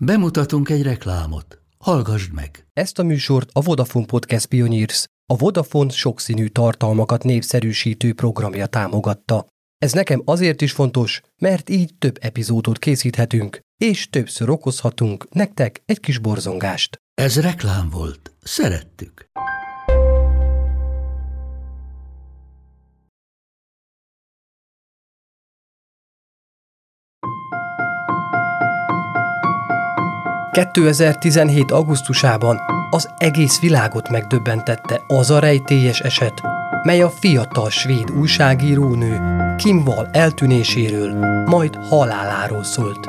Bemutatunk egy reklámot. Hallgasd meg! Ezt a műsort a Vodafone Podcast Pioneers, a Vodafone sokszínű tartalmakat népszerűsítő programja támogatta. Ez nekem azért is fontos, mert így több epizódot készíthetünk, és többször okozhatunk nektek egy kis borzongást. Ez reklám volt. Szerettük. ...2017. augusztusában az egész világot megdöbbentette az a rejtélyes eset, mely a fiatal svéd újságírónő Kim Wall eltűnéséről, majd haláláról szólt.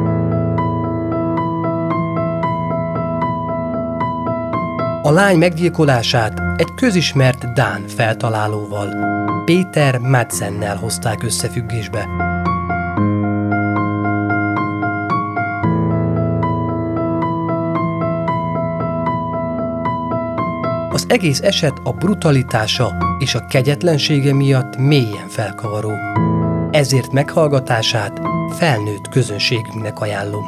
A lány meggyilkolását egy közismert dán feltalálóval, Peter Madsennel hozták összefüggésbe. Az egész eset a brutalitása és a kegyetlensége miatt mélyen felkavaró. Ezért meghallgatását felnőtt közönségünknek ajánlom.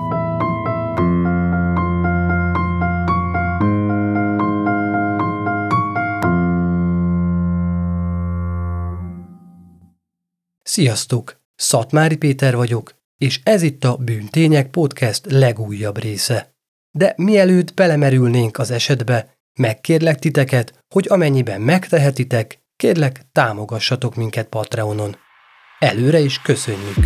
Sziasztok! Szatmári Péter vagyok, és ez itt a Bűntények Podcast legújabb része. De mielőtt belemerülnénk az esetbe, megkérlek titeket, hogy amennyiben megtehetitek, kérlek támogassatok minket Patreonon. Előre is köszönjük!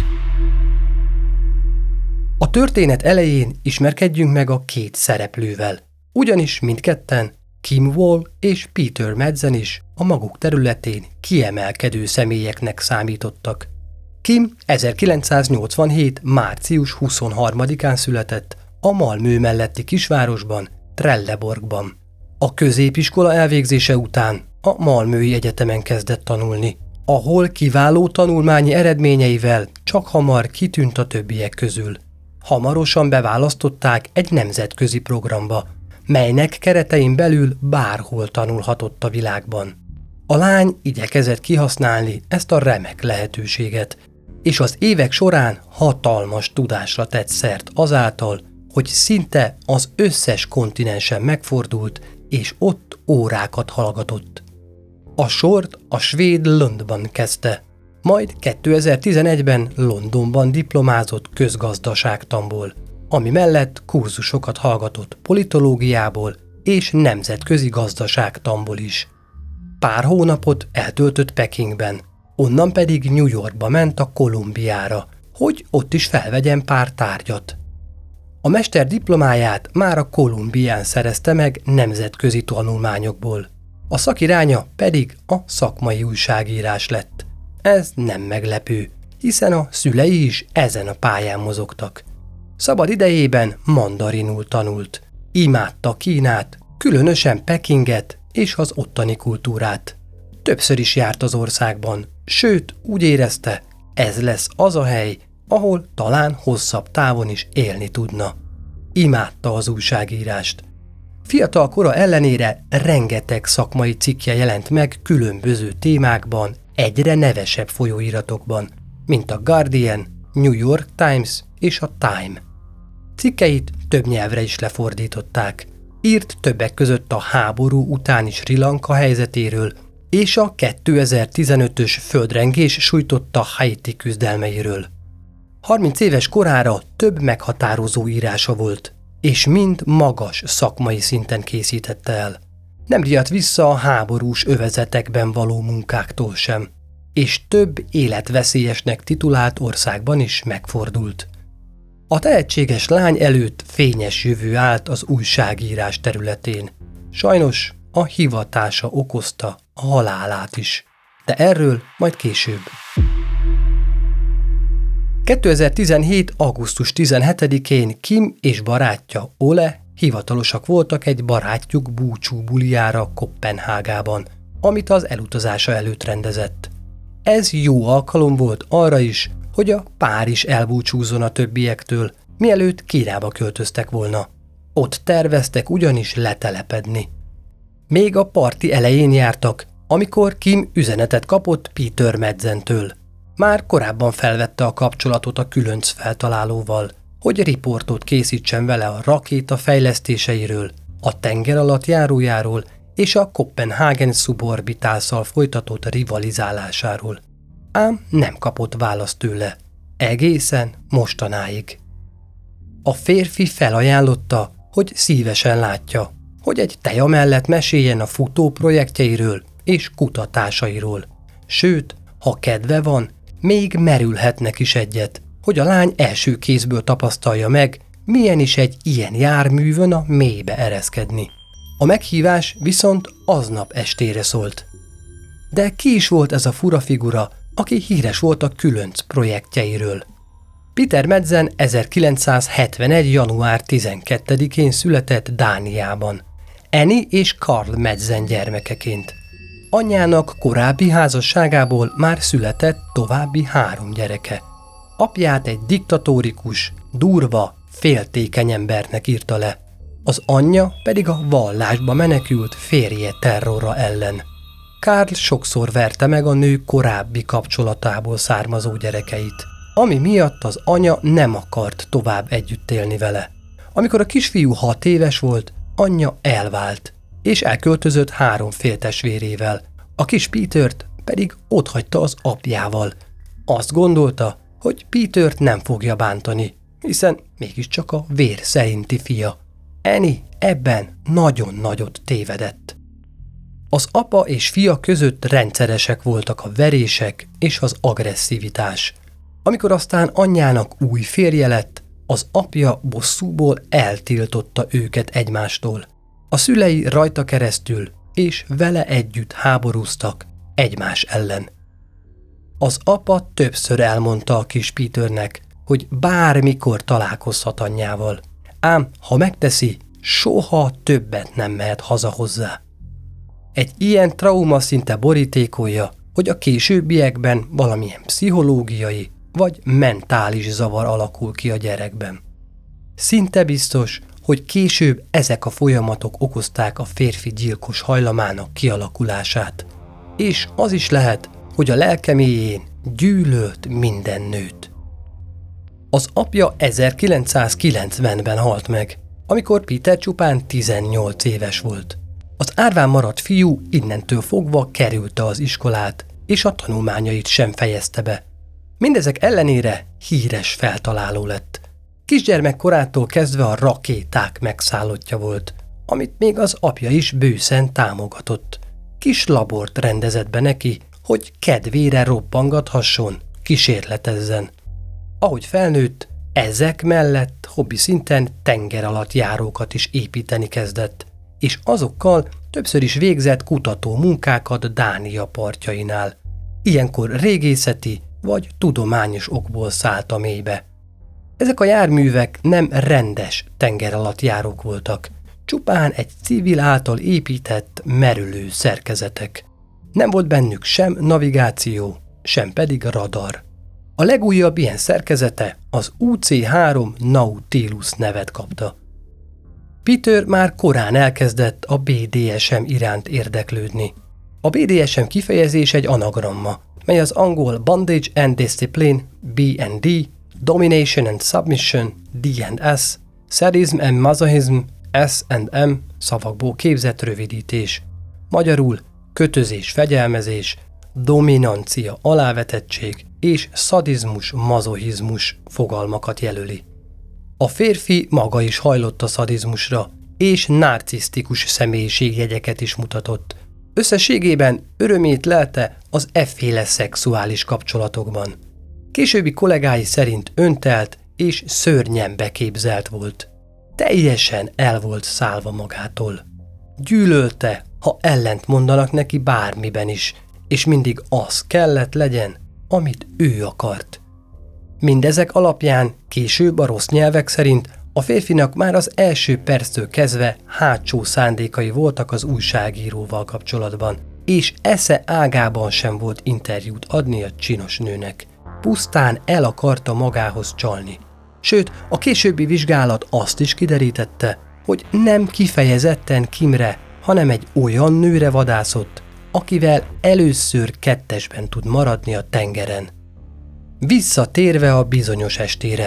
A történet elején ismerkedjünk meg a két szereplővel, ugyanis mindketten, Kim Wall és Peter Madsen is a maguk területén kiemelkedő személyeknek számítottak. Kim 1987. március 23-án született a Malmö melletti kisvárosban, Trelleborgban. A középiskola elvégzése után a Malmöi Egyetemen kezdett tanulni, ahol kiváló tanulmányi eredményeivel csak hamar kitűnt a többiek közül. Hamarosan beválasztották egy nemzetközi programba, melynek keretein belül bárhol tanulhatott a világban. A lány igyekezett kihasználni ezt a remek lehetőséget, és az évek során hatalmas tudásra tett szert azáltal, hogy szinte az összes kontinensen megfordult, és ott órákat hallgatott. A sort a svéd Lundban kezdte, majd 2011-ben Londonban diplomázott közgazdaságtanból, ami mellett kurzusokat hallgatott politológiából és nemzetközi gazdaságtanból is. Pár hónapot eltöltött Pekingben, onnan pedig New Yorkba ment a Columbiára, hogy ott is felvegyen pár tárgyat. A mester diplomáját már a Columbián szerezte meg nemzetközi tanulmányokból. A szakiránya pedig a szakmai újságírás lett. Ez nem meglepő, hiszen a szülei is ezen a pályán mozogtak. Szabad idejében mandarinul tanult. Imádta Kínát, különösen Pekinget és az ottani kultúrát. Többször is járt az országban, sőt úgy érezte, ez lesz az a hely, ahol talán hosszabb távon is élni tudna. Imádta az újságírást. Fiatal kora ellenére rengeteg szakmai cikkje jelent meg különböző témákban, egyre nevesebb folyóiratokban, mint a Guardian, New York Times és a Time. Cikkeit több nyelvre is lefordították. Írt többek között a háború utáni Sri Lanka helyzetéről és a 2015-ös földrengés sújtotta Haiti küzdelmeiről. 30 éves korára több meghatározó írása volt, és mind magas szakmai szinten készítette el. Nem riadt vissza a háborús övezetekben való munkáktól sem, és több életveszélyesnek titulált országban is megfordult. A tehetséges lány előtt fényes jövő állt az újságírás területén. Sajnos a hivatása okozta a halálát is, de erről majd később. 2017. augusztus 17-én Kim és barátja Ole hivatalosak voltak egy barátjuk búcsú bulijára Koppenhágában, amit az elutazása előtt rendezett. Ez jó alkalom volt arra is, hogy a pár is elbúcsúzzon a többiektől, mielőtt Kínába költöztek volna. Ott terveztek ugyanis letelepedni. Még a parti elején jártak, amikor Kim üzenetet kapott Peter Madsentől. Már korábban felvette a kapcsolatot a különc feltalálóval, hogy riportot készítsen vele a rakéta fejlesztéseiről, a tengeralattjárójáról és a Kopenhagen szuborbitálszal folytatott rivalizálásáról. Ám nem kapott választ tőle, egészen mostanáig. A férfi felajánlotta, hogy szívesen látja, hogy egy teja mellett meséljen a futó projektjeiről és kutatásairól. Sőt, ha kedve van, még merülhetnek is egyet, hogy a lány első kézből tapasztalja meg, milyen is egy ilyen járművön a mélybe ereszkedni. A meghívás viszont aznap estére szólt. De ki is volt ez a fura figura, aki híres volt a különc projektjeiről? Peter Madsen 1971. január 12-én született Dániában, Annie és Carl Madsen gyermekeként. Anyjának korábbi házasságából már született további 3 gyereke. Apját egy diktatórikus, durva, féltékeny embernek írta le, az anyja pedig a vallásba menekült férje terrora ellen. Karl sokszor verte meg a nő korábbi kapcsolatából származó gyerekeit, ami miatt az anya nem akart tovább együtt élni vele. Amikor a kisfiú 6 éves volt, anyja elvált, és elköltözött 3 féltestvérével, a kis Petert pedig otthagyta az apjával. Azt gondolta, hogy Petert nem fogja bántani, hiszen mégiscsak a vér szerinti fia. Annie ebben nagyon nagyot tévedett. Az apa és fia között rendszeresek voltak a verések és az agresszivitás. Amikor aztán anyjának új férje lett, az apja bosszúból eltiltotta őket egymástól. A szülei rajta keresztül és vele együtt háborúztak egymás ellen. Az apa többször elmondta a kis Peternek, hogy bármikor találkozhat anyjával, ám ha megteszi, soha többet nem mehet haza hozzá. Egy ilyen trauma szinte borítékolja, hogy a későbbiekben valamilyen pszichológiai vagy mentális zavar alakul ki a gyerekben. Szinte biztos, hogy később ezek a folyamatok okozták a férfi gyilkos hajlamának kialakulását. És az is lehet, hogy a lelke mélyén gyűlölt minden nőt. Az apja 1990-ben halt meg, amikor Peter csupán 18 éves volt. Az árván maradt fiú innentől fogva kerülte az iskolát, és a tanulmányait sem fejezte be. Mindezek ellenére híres feltaláló lett. Kisgyermek korától kezdve a rakéták megszállottja volt, amit még az apja is bőszen támogatott. Kis labort rendezett be neki, hogy kedvére robbangathasson, kísérletezzen. Ahogy felnőtt, ezek mellett hobbi szinten tengeralattjárókat is építeni kezdett, és azokkal többször is végzett kutató munkákat Dánia partjainál. Ilyenkor régészeti vagy tudományos okból szállt a mélybe. Ezek a járművek nem rendes tengeralattjárók voltak, csupán egy civil által épített merülő szerkezetek. Nem volt bennük sem navigáció, sem pedig radar. A legújabb ilyen szerkezete az UC-3 Nautilus nevet kapta. Peter már korán elkezdett a BDSM iránt érdeklődni. A BDSM kifejezés egy anagramma, mely az angol Bondage and Discipline, B&D, Domination and Submission, D&S, Sadism and Masochism, S&M szavakból képzett rövidítés. Magyarul kötözés, fegyelmezés, dominancia, alávetettség és szadizmus, mazochizmus fogalmakat jelöli. A férfi maga is hajlott a szadizmusra, és narcisztikus személyiségjegyeket is mutatott. Összességében örömét lelte az efféle szexuális kapcsolatokban. Későbbi kollégái szerint öntelt és szörnyen beképzelt volt. Teljesen el volt szálva magától. Gyűlölte, ha ellent mondanak neki bármiben is, és mindig az kellett legyen, amit ő akart. Mindezek alapján később a rossz nyelvek szerint a férfinak már az első perctől kezdve hátsó szándékai voltak az újságíróval kapcsolatban, és esze ágában sem volt interjút adni a csinos nőnek. Pusztán el akarta magához csalni. Sőt, a későbbi vizsgálat azt is kiderítette, hogy nem kifejezetten Kimre, hanem egy olyan nőre vadászott, akivel először kettesben tud maradni a tengeren. Visszatérve a bizonyos estére,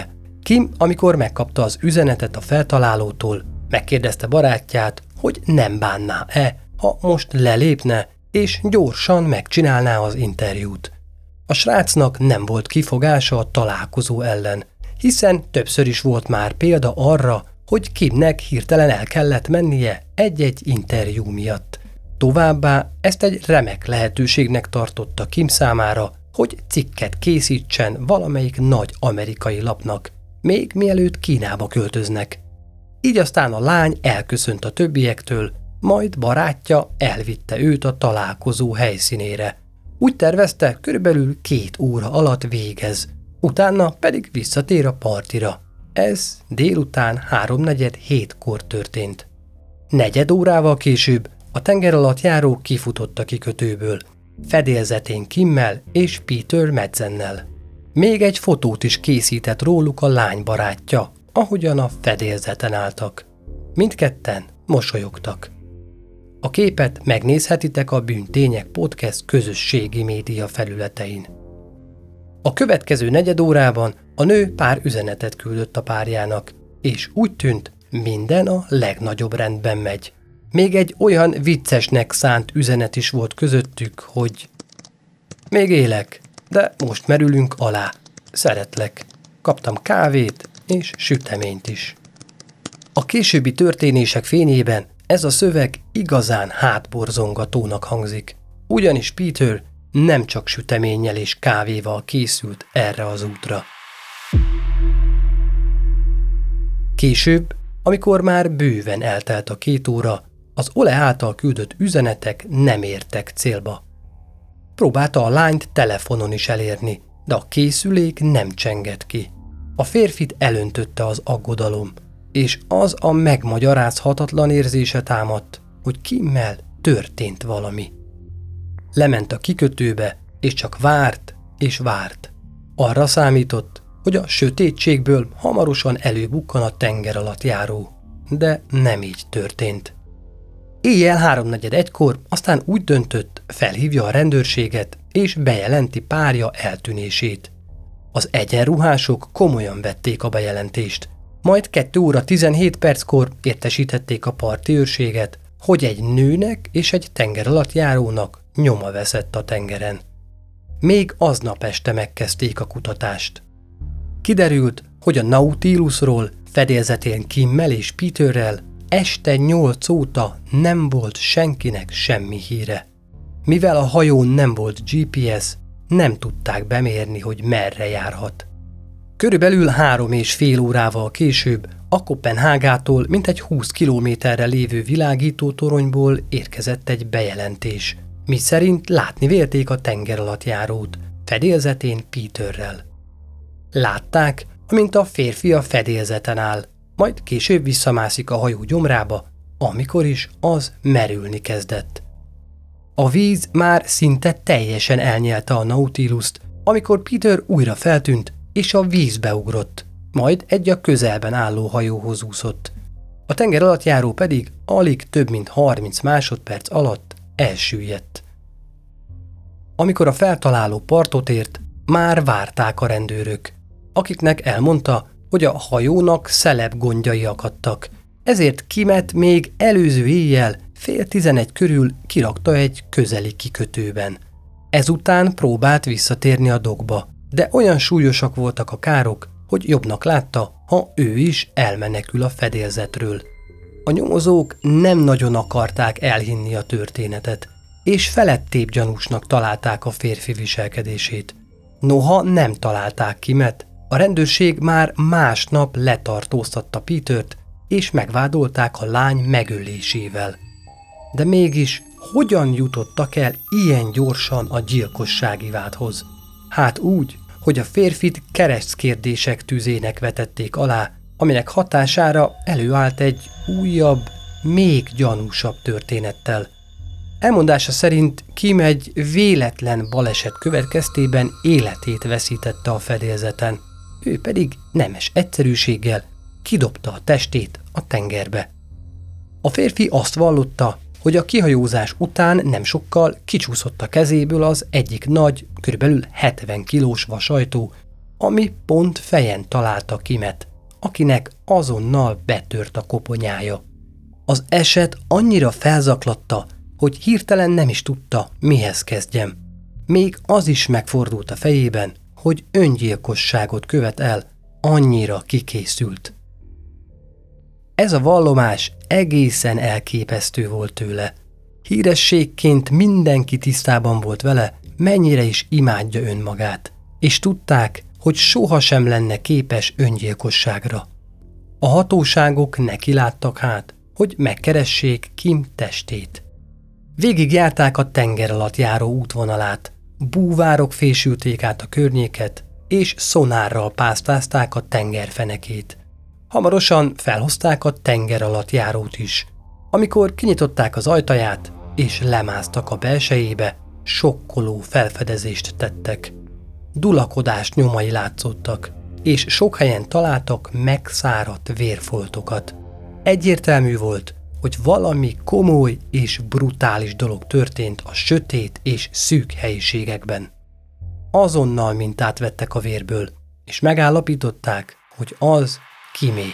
Kim, amikor megkapta az üzenetet a feltalálótól, megkérdezte barátját, hogy nem bánná-e, ha most lelépne, és gyorsan megcsinálná az interjút. A srácnak nem volt kifogása a találkozó ellen, hiszen többször is volt már példa arra, hogy Kimnek hirtelen el kellett mennie egy-egy interjú miatt. Továbbá ezt egy remek lehetőségnek tartotta Kim számára, hogy cikket készítsen valamelyik nagy amerikai lapnak, még mielőtt Kínába költöznek. Így aztán a lány elköszönt a többiektől, majd barátja elvitte őt a találkozó helyszínére. Úgy tervezte, körülbelül 2 óra alatt végez, utána pedig visszatér a partira. Ez délután 6:45-kor történt. 4 órával később a tengeralattjáró kifutott a kikötőből, fedélzetén Kimmel és Peter Madzennel. Még egy fotót is készített róluk a lány barátja, ahogyan a fedélzeten álltak. Mindketten mosolyogtak. A képet megnézhetitek a Bűntények Podcast közösségi média felületein. A következő 4 órában a nő pár üzenetet küldött a párjának, és úgy tűnt, minden a legnagyobb rendben megy. Még egy olyan viccesnek szánt üzenet is volt közöttük, hogy még élek, de most merülünk alá. Szeretlek. Kaptam kávét és süteményt is. A későbbi történések fényében ez a szöveg igazán hátborzongatónak hangzik, ugyanis Peter nem csak süteménnyel és kávéval készült erre az útra. Később, amikor már bőven eltelt a 2 óra, az Ole által küldött üzenetek nem értek célba. Próbálta a lányt telefonon is elérni, de a készülék nem csengett ki. A férfit elöntötte az aggodalom, és az a megmagyarázhatatlan érzése támadt, hogy Kimmel történt valami. Lement a kikötőbe, és csak várt és várt. Arra számított, hogy a sötétségből hamarosan előbukkan a tengeralattjáró, de nem így történt. Éjjel 3:45-kor aztán úgy döntött, felhívja a rendőrséget, és bejelenti párja eltűnését. Az egyenruhások komolyan vették a bejelentést, majd 2 óra 17 perckor értesítették a parti őrséget, hogy egy nőnek és egy tengeralattjárónak nyoma veszett a tengeren. Még aznap este megkezdték a kutatást. Kiderült, hogy a Nautilusról fedélzetén Kimmel és Peterrel este 8 óta nem volt senkinek semmi híre. Mivel a hajón nem volt GPS, nem tudták bemérni, hogy merre járhat. Körülbelül 3,5 órával később a Koppenhágától mintegy 20 kilométerre lévő világítótoronyból érkezett egy bejelentés, miszerint látni vélték a tengeralattjárót, fedélzetén Peterrel. Látták, amint a férfi a fedélzeten áll, majd később visszamászik a hajó gyomrába, amikor is az merülni kezdett. A víz már szinte teljesen elnyelte a Nautilust, amikor Peter újra feltűnt, és a vízbe ugrott, majd egy a közelben álló hajóhoz úszott. A tengeralattjáró pedig alig több mint 30 másodperc alatt elsüllyedt. Amikor a feltaláló partot ért, már várták a rendőrök, akiknek elmondta, hogy a hajónak szelep gondjai akadtak, ezért Kimmet még előző éjjel 10:30 körül kirakta egy közeli kikötőben. Ezután próbált visszatérni a dokkba, de olyan súlyosak voltak a károk, hogy jobbnak látta, ha ő is elmenekül a fedélzetről. A nyomozók nem nagyon akarták elhinni a történetet, és felettébb gyanúsnak találták a férfi viselkedését. Noha nem találták Kimmet, a rendőrség már másnap letartóztatta Petert, és megvádolták a lány megölésével. De mégis hogyan jutottak el ilyen gyorsan a gyilkossági vádhoz? Hát úgy, hogy a férfit keresztkérdések tüzének vetették alá, aminek hatására előállt egy újabb, még gyanúsabb történettel. Elmondása szerint Kim egy véletlen baleset következtében életét veszítette a fedélzeten, ő pedig nemes egyszerűséggel kidobta a testét a tengerbe. A férfi azt vallotta, hogy a kihajózás után nem sokkal kicsúszott a kezéből az egyik nagy, körülbelül 70 kilós vasajtó, ami pont fejen találta Kimet, akinek azonnal betört a koponyája. Az eset annyira felzaklatta, hogy hirtelen nem is tudta, mihez kezdjem. Még az is megfordult a fejében, hogy öngyilkosságot követ el, annyira kikészült. Ez a vallomás egészen elképesztő volt tőle. Hírességként mindenki tisztában volt vele, mennyire is imádja önmagát, és tudták, hogy sohasem lenne képes öngyilkosságra. A hatóságok nekiláttak hát, hogy megkeressék Kim testét. Végigjárták a tengeralattjáró útvonalát, búvárok fésülték át a környéket, és szonárral pásztázták a tengerfenekét. Hamarosan felhozták a tengeralattjárót is. Amikor kinyitották az ajtaját, és lemásztak a belsejébe, sokkoló felfedezést tettek. Dulakodás nyomai látszottak, és sok helyen találtak megszáradt vérfoltokat. Egyértelmű volt, hogy valami komoly és brutális dolog történt a sötét és szűk helyiségekben. Azonnal mintát vettek a vérből, és megállapították, hogy az Kimé.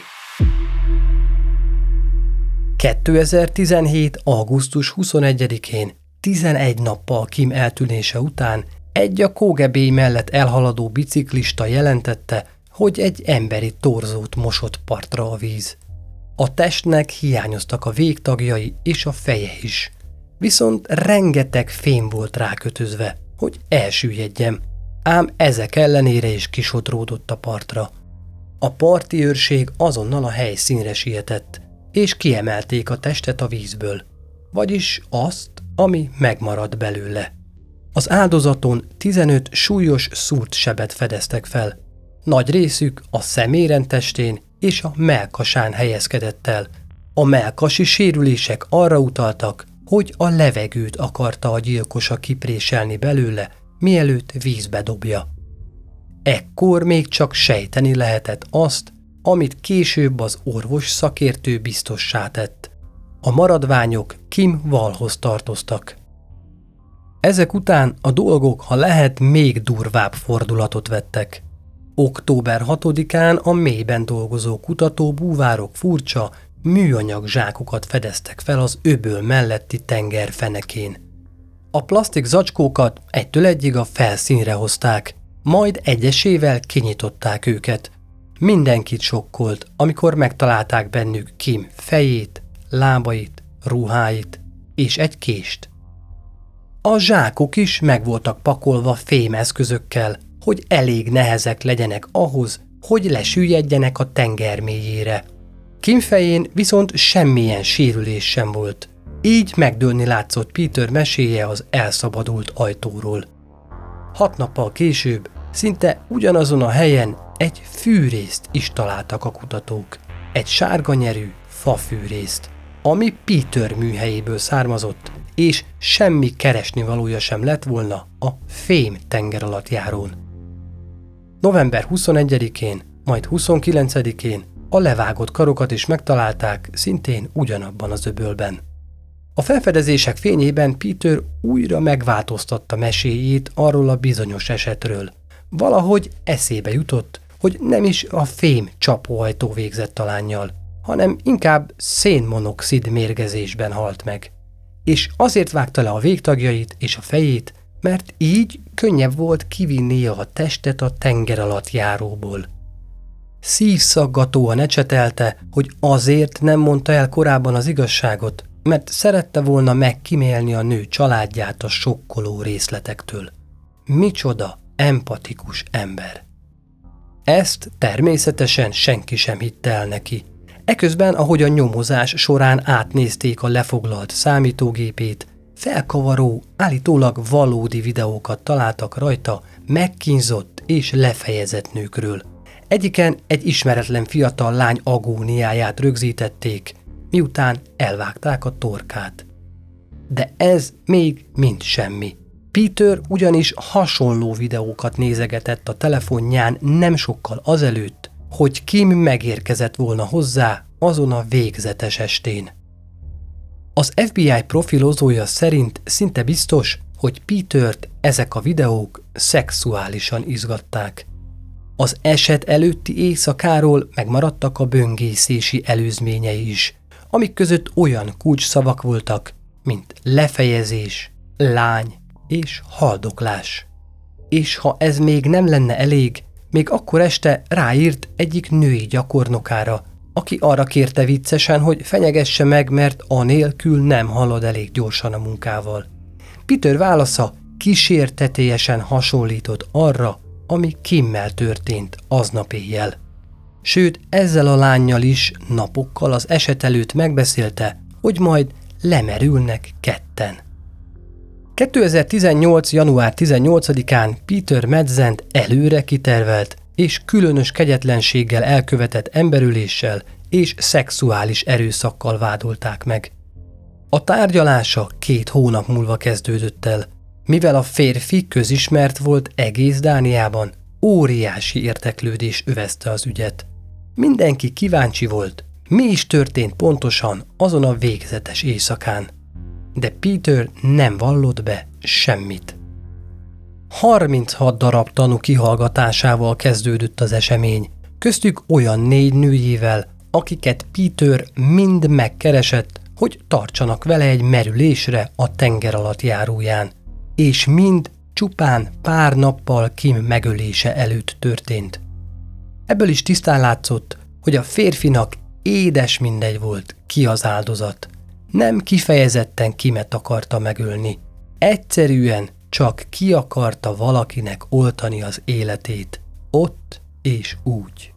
2017. augusztus 21-én, 11 nappal Kim eltűnése után egy a KGB mellett elhaladó biciklista jelentette, hogy egy emberi torzót mosott partra a víz. A testnek hiányoztak a végtagjai és a feje is, viszont rengeteg fém volt rákötözve, hogy elsüllyedjen, ám ezek ellenére is kisodródott a partra. A parti őrség azonnal a helyszínre sietett, és kiemelték a testet a vízből, vagyis azt, ami megmaradt belőle. Az áldozaton 15 súlyos szúrt sebet fedeztek fel. Nagy részük a szeméren testén és a mellkasán helyezkedett el. A mellkasi sérülések arra utaltak, hogy a levegőt akarta a gyilkosa kipréselni belőle, mielőtt vízbe dobja. Ekkor még csak sejteni lehetett azt, amit később az orvos szakértő biztossá tett. A maradványok Kim Wallhoz tartoztak. Ezek után a dolgok, ha lehet, még durvább fordulatot vettek. Október 6-án a mélyben dolgozó kutató búvárok furcsa, műanyag zsákokat fedeztek fel az öböl melletti tenger fenekén. A plasztik zacskókat egytől egyig a felszínre hozták, majd egyesével kinyitották őket. Mindenkit sokkolt, amikor megtalálták bennük Kim fejét, lábait, ruháit és egy kést. A zsákok is meg voltak pakolva fémeszközökkel, hogy elég nehezek legyenek ahhoz, hogy lesüllyedjenek a tenger mélyére. Kim fején viszont semmilyen sérülés sem volt, így megdőlni látszott Peter meséje az elszabadult ajtóról. 6 nappal később szinte ugyanazon a helyen egy fűrészt is találtak a kutatók. Egy sárga nyerű fafűrészt, ami Peter műhelyéből származott, és semmi keresnivalója sem lett volna a fém tengeralattjárón. November 21-én, majd 29-én a levágott karokat is megtalálták szintén ugyanabban az öbölben. A felfedezések fényében Peter újra megváltoztatta meséjét arról a bizonyos esetről. Valahogy eszébe jutott, hogy nem is a fém csapóajtó végzett a lánnyal, hanem inkább szénmonoxid mérgezésben halt meg. És azért vágta le a végtagjait és a fejét, mert így könnyebb volt kivinnie a testet a tengeralattjáróból. Szívszaggatóan ecsetelte, hogy azért nem mondta el korábban az igazságot, mert szerette volna megkímélni a nő családját a sokkoló részletektől. Micsoda empatikus ember! Ezt természetesen senki sem hitte el neki. Eközben, ahogy a nyomozás során átnézték a lefoglalt számítógépét, felkavaró, állítólag valódi videókat találtak rajta megkínzott és lefejezett nőkről. Egyiken egy ismeretlen fiatal lány agóniáját rögzítették, miután elvágták a torkát. De ez még mind semmi. Peter ugyanis hasonló videókat nézegetett a telefonján nem sokkal azelőtt, hogy Kim megérkezett volna hozzá azon a végzetes estén. Az FBI profilozója szerint szinte biztos, hogy Petert ezek a videók szexuálisan izgatták. Az eset előtti éjszakáról megmaradtak a böngészési előzményei is, amik között olyan kulcsszavak voltak, mint lefejezés, lány és haldoklás. És ha ez még nem lenne elég, még akkor este ráírt egyik női gyakornokára, aki arra kérte viccesen, hogy fenyegesse meg, mert anélkül nem halad elég gyorsan a munkával. Peter válasza kísértetélyesen hasonlított arra, ami Kimmel történt aznap éjjel. Sőt, ezzel a lánnyal is napokkal az eset előtt megbeszélte, hogy majd lemerülnek ketten. 2018. január 18-án Peter Medzent előre kitervelt és különös kegyetlenséggel elkövetett emberöléssel és szexuális erőszakkal vádolták meg. A tárgyalása 2 hónap múlva kezdődött el, mivel a férfi közismert volt egész Dániában, óriási érdeklődés övezte az ügyet. Mindenki kíváncsi volt, mi is történt pontosan azon a végzetes éjszakán. De Peter nem vallott be semmit. 36 darab tanú kihallgatásával kezdődött az esemény, köztük olyan 4 nőjével, akiket Peter mind megkeresett, hogy tartsanak vele egy merülésre a tengeralattjáróján, és mind csupán pár nappal Kim megölése előtt történt. Ebből is tisztán látszott, hogy a férfinak édes mindegy volt, ki az áldozat. Nem kifejezetten Kimet akarta megölni. Egyszerűen csak ki akarta valakinek oltani az életét. Ott és úgy.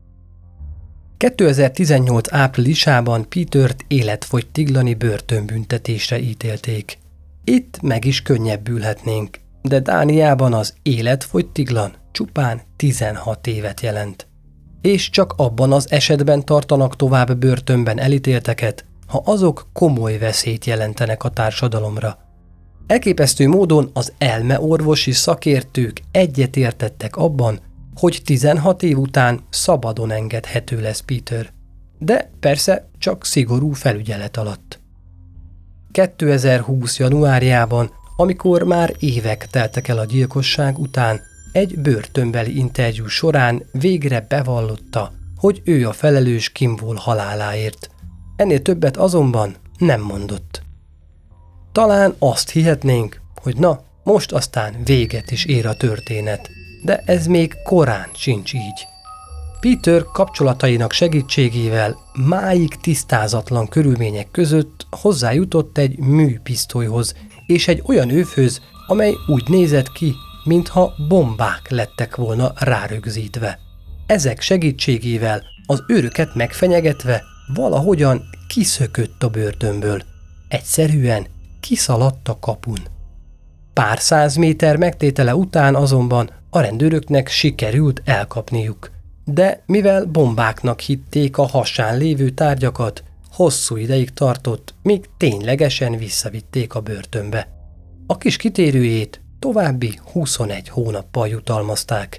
2018 áprilisában Petert életfogytiglani börtönbüntetésre ítélték. Itt meg is könnyebbülhetnénk, de Dániában az életfogytiglan csupán 16 évet jelent. És csak abban az esetben tartanak tovább börtönben elítélteket, ha azok komoly veszélyt jelentenek a társadalomra. Elképesztő módon az elmeorvosi szakértők egyetértettek abban, hogy 16 év után szabadon engedhető lesz Peter. De persze csak szigorú felügyelet alatt. 2020. januárjában, amikor már évek teltek el a gyilkosság után, egy börtönbeli interjú során végre bevallotta, hogy ő a felelős Kim Wall haláláért. Ennél többet azonban nem mondott. Talán azt hihetnénk, hogy na, most aztán véget is ér a történet, de ez még korán sincs így. Peter kapcsolatainak segítségével máig tisztázatlan körülmények között hozzájutott egy műpisztolyhoz és egy olyan övhöz, amely úgy nézett ki, mintha bombák lettek volna rárögzítve. Ezek segítségével az őröket megfenyegetve valahogyan kiszökött a börtönből. Egyszerűen kiszaladt a kapun. Pár 100 méter megtétele után azonban a rendőröknek sikerült elkapniuk. De mivel bombáknak hitték a hasán lévő tárgyakat, hosszú ideig tartott, míg ténylegesen visszavitték a börtönbe. A kis kitérőjét további 21 hónappal jutalmazták.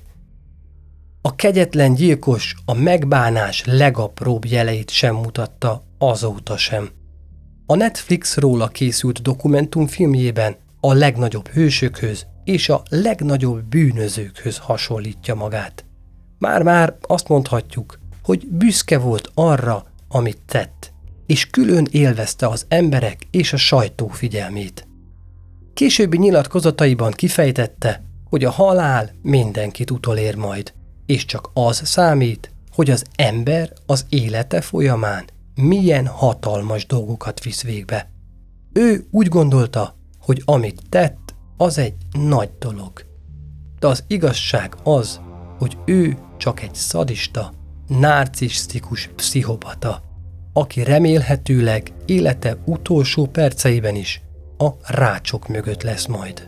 A kegyetlen gyilkos a megbánás legapróbb jeleit sem mutatta azóta sem. A Netflix róla készült dokumentumfilmjében a legnagyobb hősökhöz és a legnagyobb bűnözőkhöz hasonlítja magát. Már-már azt mondhatjuk, hogy büszke volt arra, amit tett, és külön élvezte az emberek és a sajtó figyelmét. Későbbi nyilatkozataiban kifejtette, hogy a halál mindenkit utolér majd, és csak az számít, hogy az ember az élete folyamán milyen hatalmas dolgokat visz végbe. Ő úgy gondolta, hogy amit tett, az egy nagy dolog. De az igazság az, hogy ő csak egy szadista, narcisztikus pszichopata, aki remélhetőleg élete utolsó perceiben is a rácsok mögött lesz majd.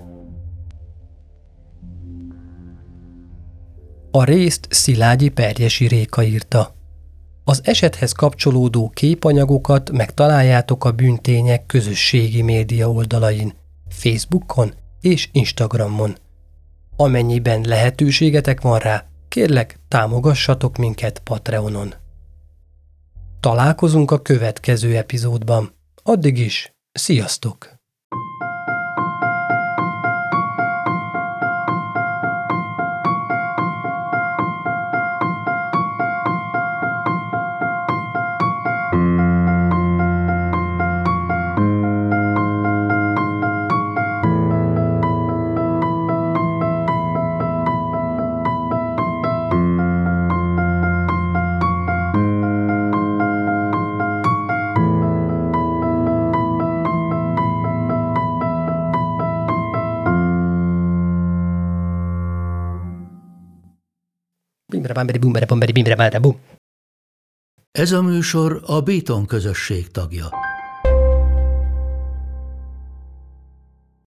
A részt Szilágyi Perjesi Réka írta. Az esethez kapcsolódó képanyagokat megtaláljátok a Bűntények közösségi média oldalain, Facebookon és Instagramon. Amennyiben lehetőségetek van rá, kérlek, támogassatok minket Patreonon. Találkozunk a következő epizódban. Addig is, sziasztok! bum. Ez a műsor a Béton közösség tagja.